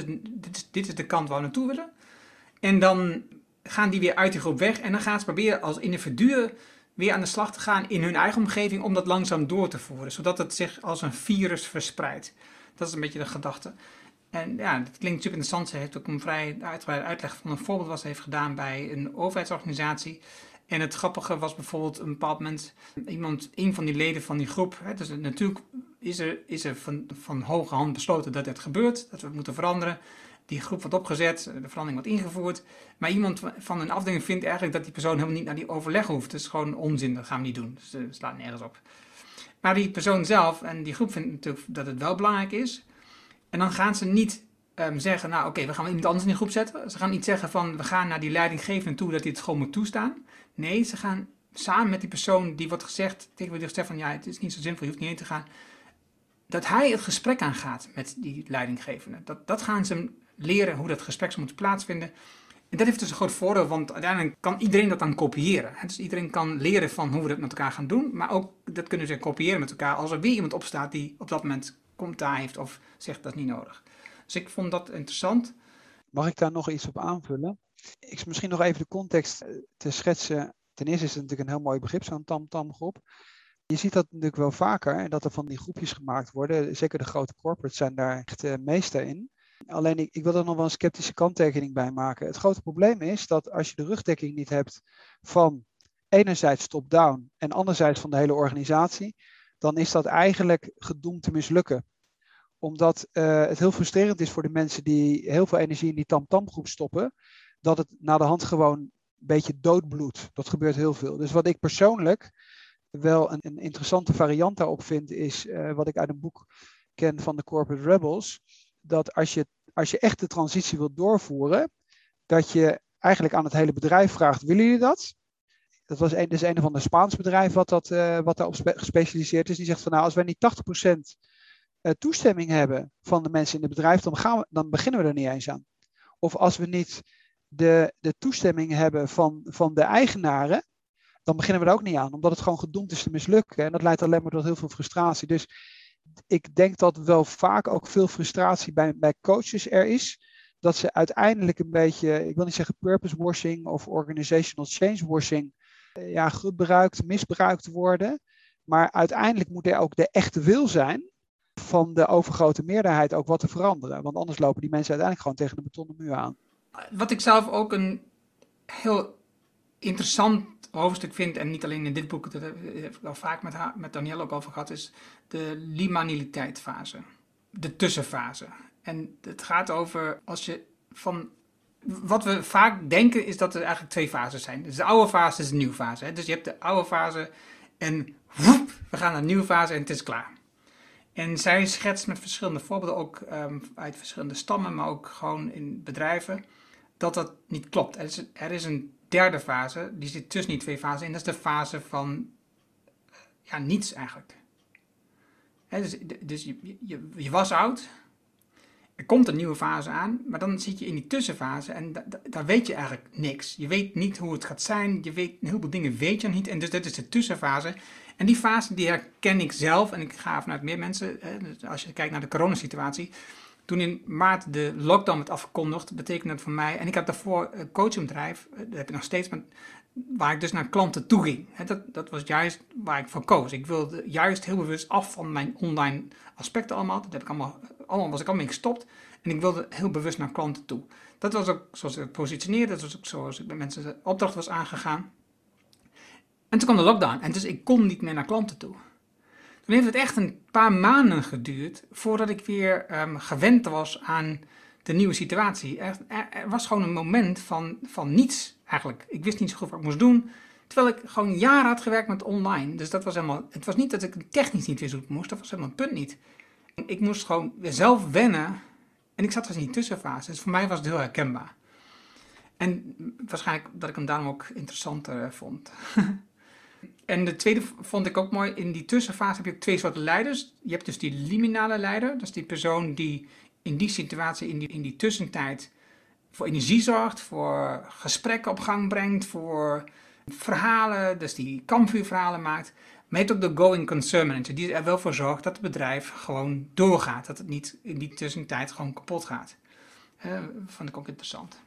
Dit is de kant waar we naartoe willen. En dan gaan die weer uit die groep weg en dan gaan ze proberen als individuen weer aan de slag te gaan in hun eigen omgeving om dat langzaam door te voeren, zodat het zich als een virus verspreidt. Dat is een beetje de gedachte. En ja, dat klinkt super interessant. Ze heeft ook een vrij uitgebreide uitleg van een voorbeeld wat ze heeft gedaan bij een overheidsorganisatie. En het grappige was bijvoorbeeld een bepaald moment een van die leden van die groep. Dus natuurlijk is er van hoge hand besloten dat het gebeurt, dat we het moeten veranderen. Die groep wordt opgezet, de verandering wordt ingevoerd. Maar iemand van een afdeling vindt eigenlijk dat die persoon helemaal niet naar die overleg hoeft. Dat is gewoon onzin, dat gaan we niet doen. Dus het slaat nergens op. Maar die persoon zelf en die groep vindt natuurlijk dat het wel belangrijk is. En dan gaan ze niet zeggen, nou oké, we gaan iemand anders in de groep zetten. Ze gaan niet zeggen van, we gaan naar die leidinggevende toe dat hij het gewoon moet toestaan. Nee, ze gaan samen met die persoon die wordt gezegd, tegen wie die gezegd van, ja, het is niet zo zinvol, je hoeft niet heen te gaan. Dat hij het gesprek aangaat met die leidinggevende. Dat gaan ze leren hoe dat gesprek zou moeten plaatsvinden. En dat heeft dus een groot voordeel, want uiteindelijk kan iedereen dat dan kopiëren. Dus iedereen kan leren van hoe we dat met elkaar gaan doen, maar ook dat kunnen ze kopiëren met elkaar als er weer iemand opstaat die op dat moment commentaar heeft of zegt dat is niet nodig. Dus ik vond dat interessant.
Mag ik daar nog iets op aanvullen? Ik misschien nog even de context te schetsen Ten eerste is het natuurlijk een heel mooi begrip, zo'n tam-tam-groep. Je ziet dat natuurlijk wel vaker, dat er van die groepjes gemaakt worden. Zeker de grote corporates zijn daar echt meester in. Alleen ik wil er nog wel een sceptische kanttekening bij maken. Het grote probleem is dat als je de rugdekking niet hebt van enerzijds top-down en anderzijds van de hele organisatie, dan is dat eigenlijk gedoemd te mislukken. Omdat het heel frustrerend is voor de mensen die heel veel energie in die tam-tam-groep stoppen, dat het na de hand gewoon een beetje doodbloedt. Dat gebeurt heel veel. Dus wat ik persoonlijk wel een interessante variant daarop vind, is wat ik uit een boek ken van de Corporate Rebels, dat als je echt de transitie wilt doorvoeren, dat je eigenlijk aan het hele bedrijf vraagt, willen jullie dat? Dat is een of ander Spaans bedrijf wat daarop gespecialiseerd is. Die zegt van nou, als wij niet 80% toestemming hebben van de mensen in het bedrijf, dan beginnen we er niet eens aan. Of als we niet de toestemming hebben van de eigenaren, dan beginnen we er ook niet aan. Omdat het gewoon gedoemd is te mislukken. En dat leidt alleen maar tot heel veel frustratie. Dus ik denk dat wel vaak ook veel frustratie bij coaches er is. Dat ze uiteindelijk een beetje, ik wil niet zeggen purpose washing of organizational change washing, misbruikt worden. Maar uiteindelijk moet er ook de echte wil zijn van de overgrote meerderheid ook wat te veranderen. Want anders lopen die mensen uiteindelijk gewoon tegen de betonnen muur aan.
Wat ik zelf ook een heel interessant hoofdstuk vind, en niet alleen in dit boek, dat heb ik al vaak met Danielle ook over gehad, is de liminaliteitfase. De tussenfase. En het gaat over als je van... Wat we vaak denken is dat er eigenlijk twee fases zijn. Dus de oude fase is de nieuwe fase. Hè? Dus je hebt de oude fase en woep, we gaan naar de nieuwe fase en het is klaar. En zij schetst met verschillende voorbeelden, ook uit verschillende stammen, maar ook gewoon in bedrijven, dat niet klopt. Er is een derde fase, die zit tussen die twee fasen in. Dat is de fase van niets eigenlijk. Dus je was oud, er komt een nieuwe fase aan, maar dan zit je in die tussenfase en daar weet je eigenlijk niks. Je weet niet hoe het gaat zijn, heel veel dingen weet je niet en dus dat is de tussenfase. En die fase die herken ik zelf en ik ga vanuit meer mensen, als je kijkt naar de coronasituatie. Toen in maart de lockdown werd afgekondigd, betekende dat voor mij, en ik had daarvoor een coachingbedrijf, dat heb ik nog steeds, waar ik dus naar klanten toe ging. Dat was juist waar ik voor koos. Ik wilde juist heel bewust af van mijn online aspecten allemaal. Dat heb ik was ik allemaal in gestopt. En ik wilde heel bewust naar klanten toe. Dat was ook zoals ik het positioneerde, dat was ook zoals ik bij mensen de opdracht was aangegaan. En toen kwam de lockdown en dus ik kon niet meer naar klanten toe. Toen heeft het echt een paar maanden geduurd voordat ik weer gewend was aan de nieuwe situatie. Er was gewoon een moment van niets eigenlijk. Ik wist niet zo goed wat ik moest doen. Terwijl ik gewoon jaren had gewerkt met online. Dus dat was het was niet dat ik technisch niet wist hoe het moest. Dat was helemaal het punt niet. Ik moest gewoon weer zelf wennen. En ik zat dus in die tussenfase. Dus voor mij was het heel herkenbaar. En waarschijnlijk dat ik hem daarom ook interessanter vond. En de tweede vond ik ook mooi. In die tussenfase heb je ook twee soorten leiders. Je hebt dus die liminale leider. Dat is die persoon die in die situatie, in die tussentijd, voor energie zorgt, voor gesprekken op gang brengt, voor verhalen, dus die kampvuurverhalen maakt. Maar je hebt ook de going concern manager, die er wel voor zorgt dat het bedrijf gewoon doorgaat. Dat het niet in die tussentijd gewoon kapot gaat. Vond ik ook interessant.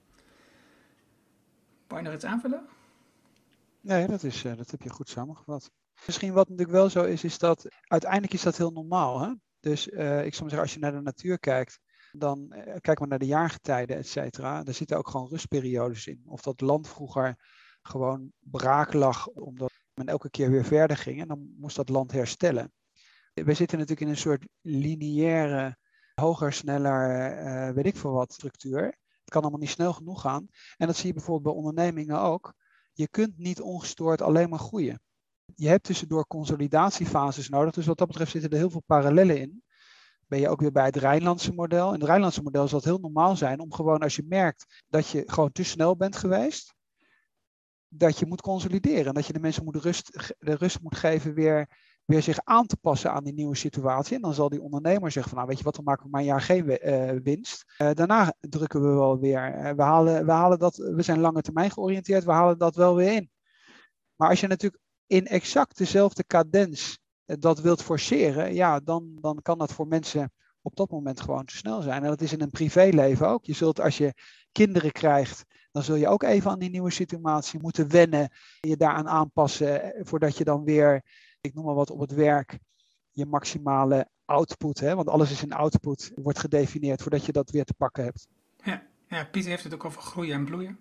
Wou je nog iets aanvullen?
Nee, dat heb je goed samengevat. Misschien wat natuurlijk wel zo is dat uiteindelijk is dat heel normaal. Hè? Dus ik zou maar zeggen, als je naar de natuur kijkt, dan kijk maar naar de jaargetijden, et cetera. Daar zitten ook gewoon rustperiodes in. Of dat land vroeger gewoon braak lag, omdat men elke keer weer verder ging en dan moest dat land herstellen. We zitten natuurlijk in een soort lineaire, hoger, sneller, weet ik veel wat, structuur. Het kan allemaal niet snel genoeg gaan. En dat zie je bijvoorbeeld bij ondernemingen ook. Je kunt niet ongestoord alleen maar groeien. Je hebt tussendoor consolidatiefases nodig. Dus wat dat betreft zitten er heel veel parallellen in. Ben je ook weer bij het Rijnlandse model. In het Rijnlandse model zal het heel normaal zijn om gewoon als je merkt dat je gewoon te snel bent geweest, dat je moet consolideren. En dat je de mensen de rust moet geven weer zich aan te passen aan die nieuwe situatie. En dan zal die ondernemer zeggen van nou weet je wat, dan maken we maar een jaar geen winst. Daarna drukken we wel weer. We halen dat, we zijn lange termijn georiënteerd, we halen dat wel weer in. Maar als je natuurlijk in exact dezelfde cadens dat wilt forceren, ja, dan kan dat voor mensen op dat moment gewoon te snel zijn. En dat is in een privéleven ook. Je zult, als je kinderen krijgt, dan zul je ook even aan die nieuwe situatie moeten wennen. Je daaraan aanpassen voordat je dan weer, ik noem maar wat, op het werk je maximale output, want alles is in output, wordt gedefinieerd voordat je dat weer te pakken hebt.
Ja, Pieter heeft het ook over groeien en bloeien.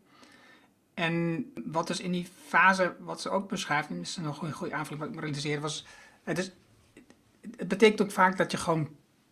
En wat dus in die fase, wat ze ook beschrijft, en is nog een goede aanvulling wat ik me realiseerde, was, het betekent ook vaak dat je gewoon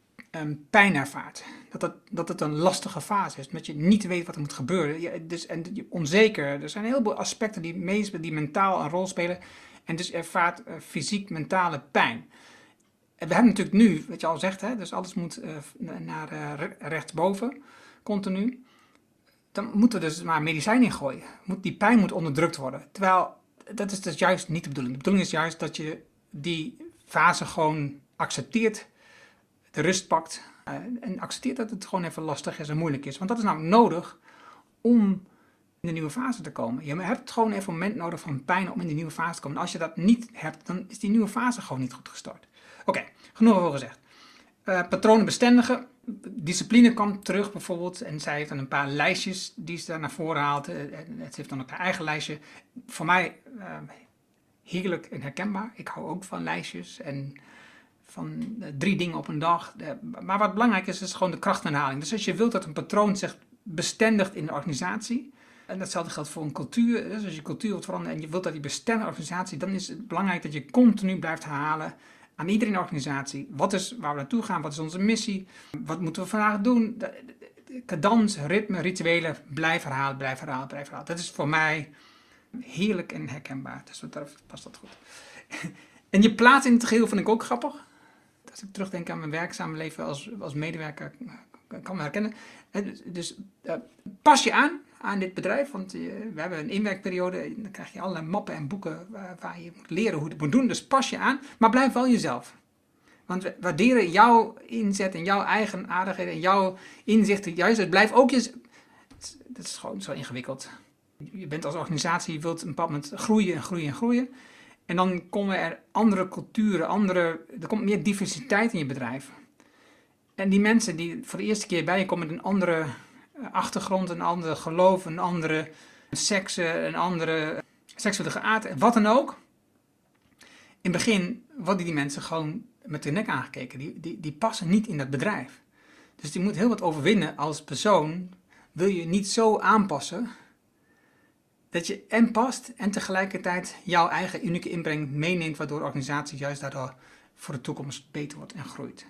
pijn ervaart. Dat het een lastige fase is, dat je niet weet wat er moet gebeuren. En onzeker, er zijn een heleboel aspecten die mentaal een rol spelen. En dus ervaart fysiek mentale pijn. En we hebben natuurlijk nu, wat je al zegt, dus alles moet naar rechtsboven, continu. Dan moeten we dus maar medicijn ingooien. Die pijn moet onderdrukt worden. Terwijl, dat is dus juist niet de bedoeling. De bedoeling is juist dat je die fase gewoon accepteert, de rust pakt en accepteert dat het gewoon even lastig is en moeilijk is. Want dat is nou nodig om in de nieuwe fase te komen. Je hebt gewoon even een moment nodig van pijn om in die nieuwe fase te komen. En als je dat niet hebt, dan is die nieuwe fase gewoon niet goed gestart. Oké, genoeg over gezegd. Patronen bestendigen. Discipline kwam terug bijvoorbeeld. En zij heeft dan een paar lijstjes die ze daar naar voren haalt. Het heeft dan ook haar eigen lijstje. Voor mij heerlijk en herkenbaar. Ik hou ook van lijstjes en van 3 dingen op een dag. Maar wat belangrijk is gewoon de krachtherhaling. Dus als je wilt dat een patroon zich bestendigt in de organisatie. En datzelfde geldt voor een cultuur. Dus als je cultuur wilt veranderen en je wilt dat die bestendigt in de organisatie, dan is het belangrijk dat je continu blijft herhalen aan iedereen in de organisatie. Wat is waar we naartoe gaan? Wat is onze missie? Wat moeten we vandaag doen? Cadans, ritme, rituelen. Blijf herhalen, blijf herhalen, blijf herhalen. Dat is voor mij heerlijk en herkenbaar. Dus wat betreft past dat goed. En je plaats in het geheel vind ik ook grappig. Als ik terugdenk aan mijn werkzame leven als medewerker, kan me herkennen. Dus pas je aan dit bedrijf, want we hebben een inwerkperiode. En dan krijg je allerlei mappen en boeken waar je moet leren hoe je het moet doen. Dus pas je aan, maar blijf wel jezelf. Want we waarderen jouw inzet en jouw eigenaardigheden en jouw inzichten. Juist, het blijft ook je. Dat is gewoon zo ingewikkeld. Je bent als organisatie, je wilt een bepaald moment groeien en groeien en groeien. En dan komen er andere culturen, er komt meer diversiteit in je bedrijf. En die mensen die voor de eerste keer bij je komen met een andere achtergrond, een andere geloof, een andere seksen, een andere seksuele geaardheid, wat dan ook. In het begin worden die mensen gewoon met de nek aangekeken. Die passen niet in dat bedrijf. Dus die moet heel wat overwinnen als persoon. Wil je niet zo aanpassen dat je en past en tegelijkertijd jouw eigen unieke inbreng meeneemt, waardoor de organisatie juist daardoor voor de toekomst beter wordt en groeit.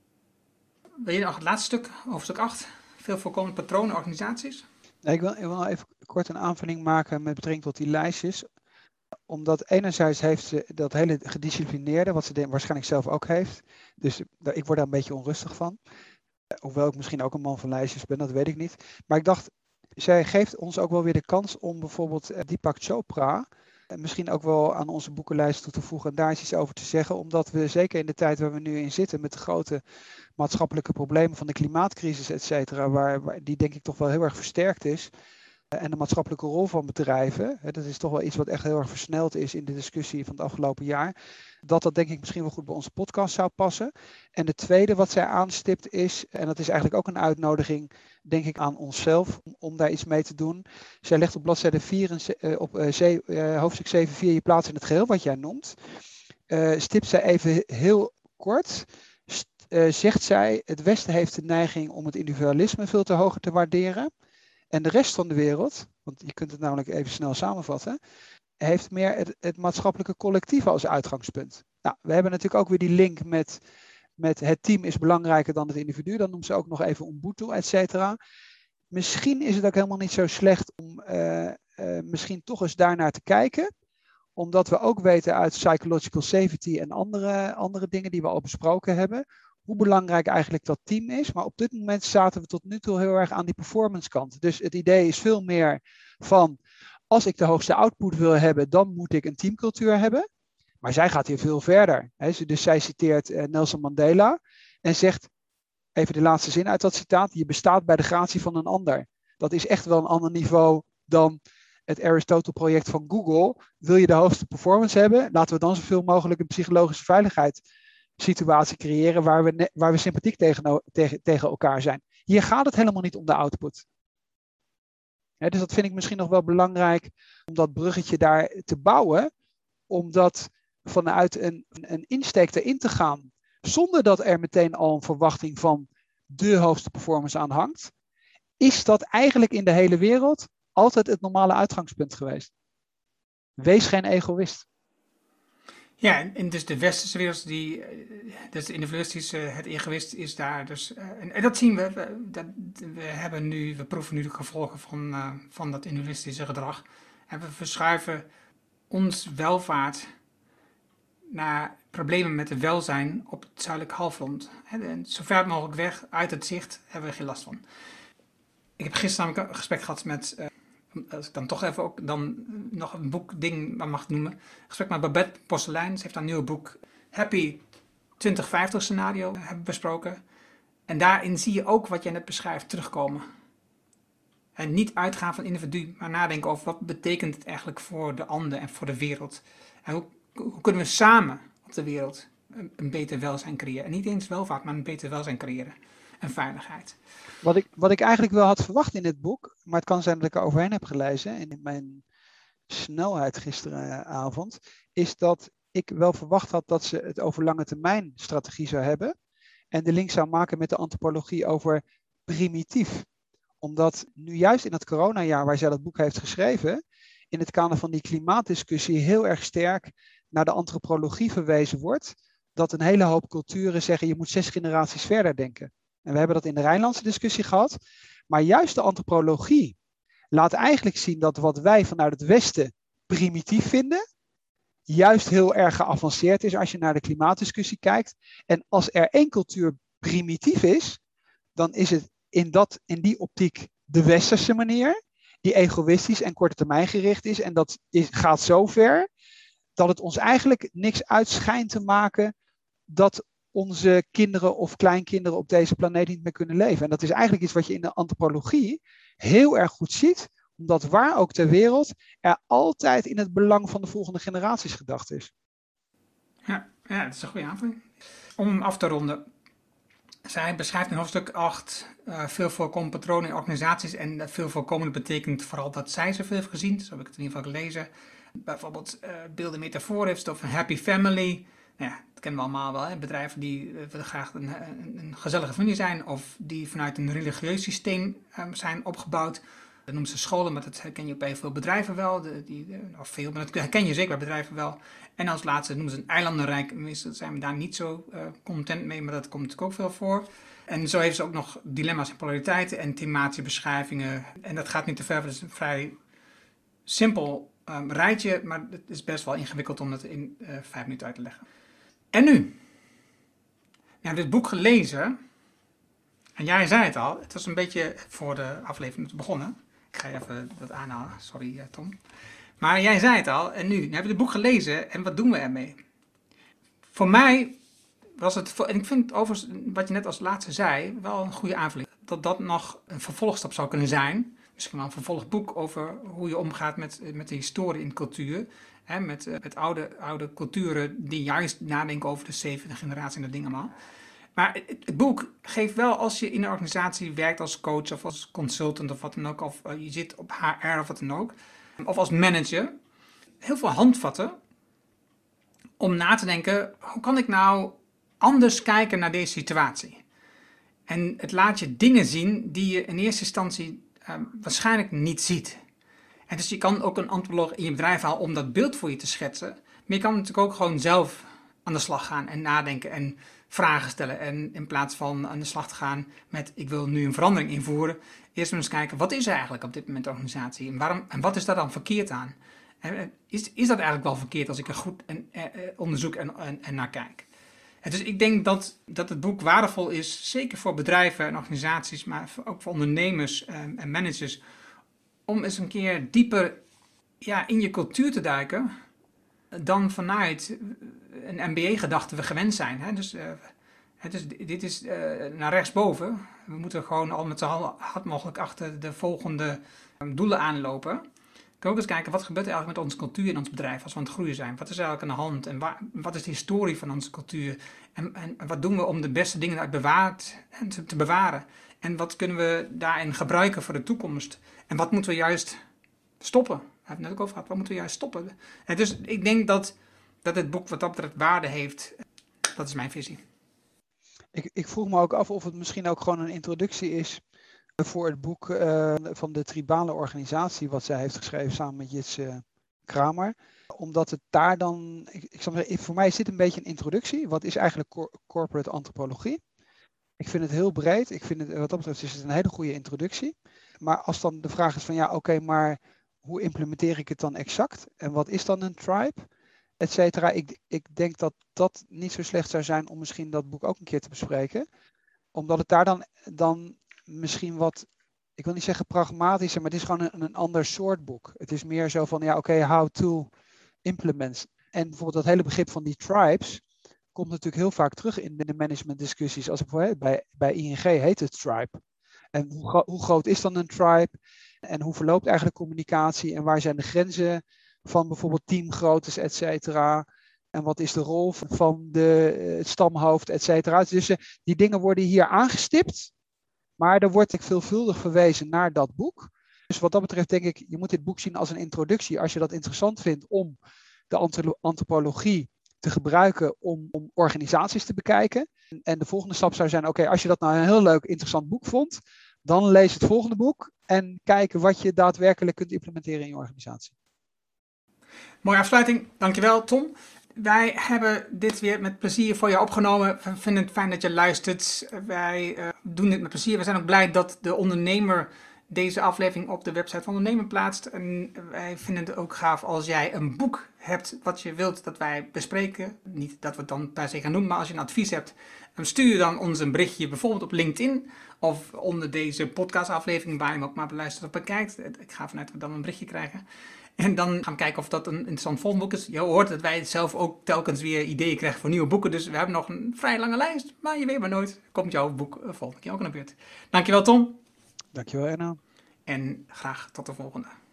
Wil je nog het laatste stuk, hoofdstuk 8, veel voorkomende patronen organisaties?
Nee, ik wil even kort een aanvulling maken met betrekking tot die lijstjes. Omdat enerzijds heeft ze dat hele gedisciplineerde, wat ze waarschijnlijk zelf ook heeft. Dus ik word daar een beetje onrustig van. Hoewel ik misschien ook een man van lijstjes ben, dat weet ik niet. Maar ik dacht, zij geeft ons ook wel weer de kans om bijvoorbeeld Deepak Chopra misschien ook wel aan onze boekenlijst toe te voegen en daar iets over te zeggen. Omdat we zeker in de tijd waar we nu in zitten met de grote maatschappelijke problemen van de klimaatcrisis, et cetera, waar die denk ik toch wel heel erg versterkt is. En de maatschappelijke rol van bedrijven, dat is toch wel iets wat echt heel erg versneld is in de discussie van het afgelopen jaar. Dat denk ik misschien wel goed bij onze podcast zou passen. En het tweede wat zij aanstipt is, en dat is eigenlijk ook een uitnodiging, denk ik, aan onszelf om daar iets mee te doen. Zij legt op bladzijde 4, hoofdstuk 7, 4 je plaats in het geheel, wat jij noemt. Stipt zij even heel kort. Zegt zij, het Westen heeft de neiging om het individualisme veel te hoog te waarderen. En de rest van de wereld, want je kunt het namelijk even snel samenvatten, heeft meer het maatschappelijke collectief als uitgangspunt. Nou, we hebben natuurlijk ook weer die link met het team is belangrijker dan het individu. Dan noemt ze ook nog even Ubuntu, et cetera. Misschien is het ook helemaal niet zo slecht om misschien toch eens daarnaar te kijken. Omdat we ook weten uit psychological safety en andere dingen die we al besproken hebben, hoe belangrijk eigenlijk dat team is. Maar op dit moment zaten we tot nu toe heel erg aan die performance kant. Dus het idee is veel meer van, als ik de hoogste output wil hebben, dan moet ik een teamcultuur hebben. Maar zij gaat hier veel verder. Dus zij citeert Nelson Mandela en zegt, even de laatste zin uit dat citaat, je bestaat bij de gratie van een ander. Dat is echt wel een ander niveau dan het Aristotle-project van Google. Wil je de hoogste performance hebben? Laten we dan zoveel mogelijk een psychologische veiligheid situatie creëren waar we sympathiek tegen elkaar zijn. Hier gaat het helemaal niet om de output. Dus dat vind ik misschien nog wel belangrijk om dat bruggetje daar te bouwen, omdat vanuit een insteek erin te gaan, zonder dat er meteen al een verwachting van de hoogste performance aan hangt, is dat eigenlijk in de hele wereld altijd het normale uitgangspunt geweest. Wees geen egoïst.
Ja, en dus de westerse wereld, dus de individualistische, het egoïst is daar. Dus, en dat zien we. We proeven nu de gevolgen van dat individualistische gedrag. En we verschuiven ons welvaart naar problemen met het welzijn op het zuidelijk halfrond. En zo ver mogelijk weg, uit het zicht, hebben we geen last van. Ik heb gisteren namelijk een gesprek gehad met, als ik dan toch even ook dan nog een boekding mag noemen. Een gesprek met Babette Postelijn. Ze heeft een nieuw boek Happy 2050 scenario hebben besproken. En daarin zie je ook wat jij net beschrijft terugkomen. En niet uitgaan van individu, maar nadenken over wat betekent het eigenlijk voor de ander en voor de wereld. En hoe kunnen we samen op de wereld een beter welzijn creëren. En niet eens welvaart, maar een beter welzijn creëren. En veiligheid.
Wat ik eigenlijk wel had verwacht in dit boek, maar het kan zijn dat ik er overheen heb gelezen in mijn snelheid gisteravond, is dat ik wel verwacht had dat ze het over lange termijn strategie zou hebben en de link zou maken met de antropologie over primitief. Omdat nu juist in het coronajaar waar zij dat boek heeft geschreven, in het kader van die klimaatdiscussie heel erg sterk naar de antropologie verwezen wordt, dat een hele hoop culturen zeggen je moet 6 generaties verder denken. En we hebben dat in de Rijnlandse discussie gehad. Maar juist de antropologie laat eigenlijk zien dat wat wij vanuit het Westen primitief vinden, juist heel erg geavanceerd is als je naar de klimaatdiscussie kijkt. En als er één cultuur primitief is, dan is het in die optiek de westerse manier, die egoïstisch en korte termijn gericht is. En gaat zo ver dat het ons eigenlijk niks uit schijnt te maken dat onze kinderen of kleinkinderen op deze planeet niet meer kunnen leven. En dat is eigenlijk iets wat je in de antropologie heel erg goed ziet, omdat waar ook ter wereld er altijd in het belang van de volgende generaties gedacht is.
Ja, dat is een goede aanvulling. Om af te ronden. Zij beschrijft in hoofdstuk 8 veel voorkomende patronen in organisaties. En veel voorkomend betekent vooral dat zij zoveel heeft gezien. Zo heb ik het in ieder geval gelezen. Bijvoorbeeld beelden metafoor heeft of een happy family. Nou ja, dat kennen we allemaal wel. Hè? Bedrijven die willen graag een gezellige familie zijn. Of die vanuit een religieus systeem zijn opgebouwd. Dat noemen ze scholen, maar dat herken je op heel veel bedrijven wel. Of veel, maar dat herken je zeker bij bedrijven wel. En als laatste noemen ze een eilandenrijk. Meestal zijn we daar niet zo content mee, maar dat komt natuurlijk ook veel voor. En zo heeft ze ook nog dilemma's en polariteiten en thematische beschrijvingen. En dat gaat niet te ver, dat is een vrij simpel rijtje, maar het is best wel ingewikkeld om dat in 5 minuten uit te leggen. En nu? Je hebt dit boek gelezen. En jij zei het al, het was een beetje voor de aflevering begonnen. Ik ga even dat aanhalen, sorry Tom. Maar jij zei het al, en nu hebben we het boek gelezen en wat doen we ermee? Voor mij was het, en ik vind overigens wat je net als laatste zei, wel een goede aanvulling. Dat dat nog een vervolgstap zou kunnen zijn. Misschien wel een vervolgboek over hoe je omgaat met de historie en cultuur. Hè, met oude culturen die juist nadenken over de 7e generatie en dat ding allemaal. Maar het boek geeft wel, als je in een organisatie werkt als coach of als consultant of wat dan ook, of je zit op HR of wat dan ook, of als manager, heel veel handvatten om na te denken, hoe kan ik nou anders kijken naar deze situatie? En het laat je dingen zien die je in eerste instantie waarschijnlijk niet ziet. En dus je kan ook een antropoloog in je bedrijf halen om dat beeld voor je te schetsen. Maar je kan natuurlijk ook gewoon zelf aan de slag gaan en nadenken en vragen stellen. En in plaats van aan de slag te gaan met ik wil nu een verandering invoeren, eerst eens kijken wat is er eigenlijk op dit moment de organisatie en wat is daar dan verkeerd aan? Is dat eigenlijk wel verkeerd als ik er goed onderzoek en naar kijk? En dus ik denk dat het boek waardevol is, zeker voor bedrijven en organisaties, maar ook voor ondernemers en managers, om eens een keer dieper in je cultuur te duiken dan vanuit een MBA-gedachte we gewend zijn. Hè? Dus dit is naar rechtsboven. We moeten gewoon al met z'n hard mogelijk achter de volgende doelen aanlopen. we ook eens kijken, wat gebeurt er eigenlijk met onze cultuur in ons bedrijf als we aan het groeien zijn? Wat is er eigenlijk aan de hand? En wat is de historie van onze cultuur? En wat doen we om de beste dingen uit te bewaren? En wat kunnen we daarin gebruiken voor de toekomst? En wat moeten we juist stoppen? We hebben het net ook over gehad, wat moeten we juist stoppen? En dus ik denk dat het boek wat dat betreft waarde heeft. Dat is mijn visie.
Ik vroeg me ook af of het misschien ook gewoon een introductie is voor het boek van de tribale organisatie wat zij heeft geschreven samen met Jitse Kramer. Omdat het daar dan, ik zal zeggen, voor mij is dit een beetje een introductie. Wat is eigenlijk corporate antropologie? Ik vind het heel breed. Ik vind het, wat dat betreft is het een hele goede introductie. Maar als dan de vraag is van ja, oké, maar hoe implementeer ik het dan exact? En wat is dan een tribe? Etcetera. Ik denk dat dat niet zo slecht zou zijn om misschien dat boek ook een keer te bespreken. Omdat het daar dan misschien wat, ik wil niet zeggen pragmatischer, maar het is gewoon een ander soort boek. Het is meer zo van ja, oké, how to implement. En bijvoorbeeld dat hele begrip van die tribes komt natuurlijk heel vaak terug in de managementdiscussies. Als bij ING heet het tribe. En hoe groot is dan een tribe? En hoe verloopt eigenlijk communicatie? En waar zijn de grenzen van bijvoorbeeld teamgroottes, et cetera? En wat is de rol van het stamhoofd, et cetera? Dus die dingen worden hier aangestipt. Maar er wordt veelvuldig verwezen naar dat boek. Dus wat dat betreft denk ik, je moet dit boek zien als een introductie. Als je dat interessant vindt om de antropologie te gebruiken om organisaties te bekijken. En de volgende stap zou zijn, oké, als je dat nou een heel leuk, interessant boek vond, dan lees het volgende boek en kijk wat je daadwerkelijk kunt implementeren in je organisatie.
Mooie afsluiting. Dankjewel, Tom. Wij hebben dit weer met plezier voor je opgenomen. We vinden het fijn dat je luistert. Wij doen dit met plezier. We zijn ook blij dat de ondernemer deze aflevering op de website van Ondernemer plaatst. En wij vinden het ook gaaf als jij een boek hebt wat je wilt dat wij bespreken. Niet dat we het dan per se gaan doen, maar als je een advies hebt, stuur dan ons een berichtje bijvoorbeeld op LinkedIn of onder deze podcastaflevering waar je hem ook maar beluistert of bekijkt. Ik ga vanuit dat we dan een berichtje krijgen. En dan gaan we kijken of dat een interessant volgend boek is. Je hoort dat wij zelf ook telkens weer ideeën krijgen voor nieuwe boeken. Dus we hebben nog een vrij lange lijst. Maar je weet maar nooit. Komt jouw boek volgende keer ook aan de beurt. Dankjewel, Tom.
Dankjewel, Erno.
En graag tot de volgende.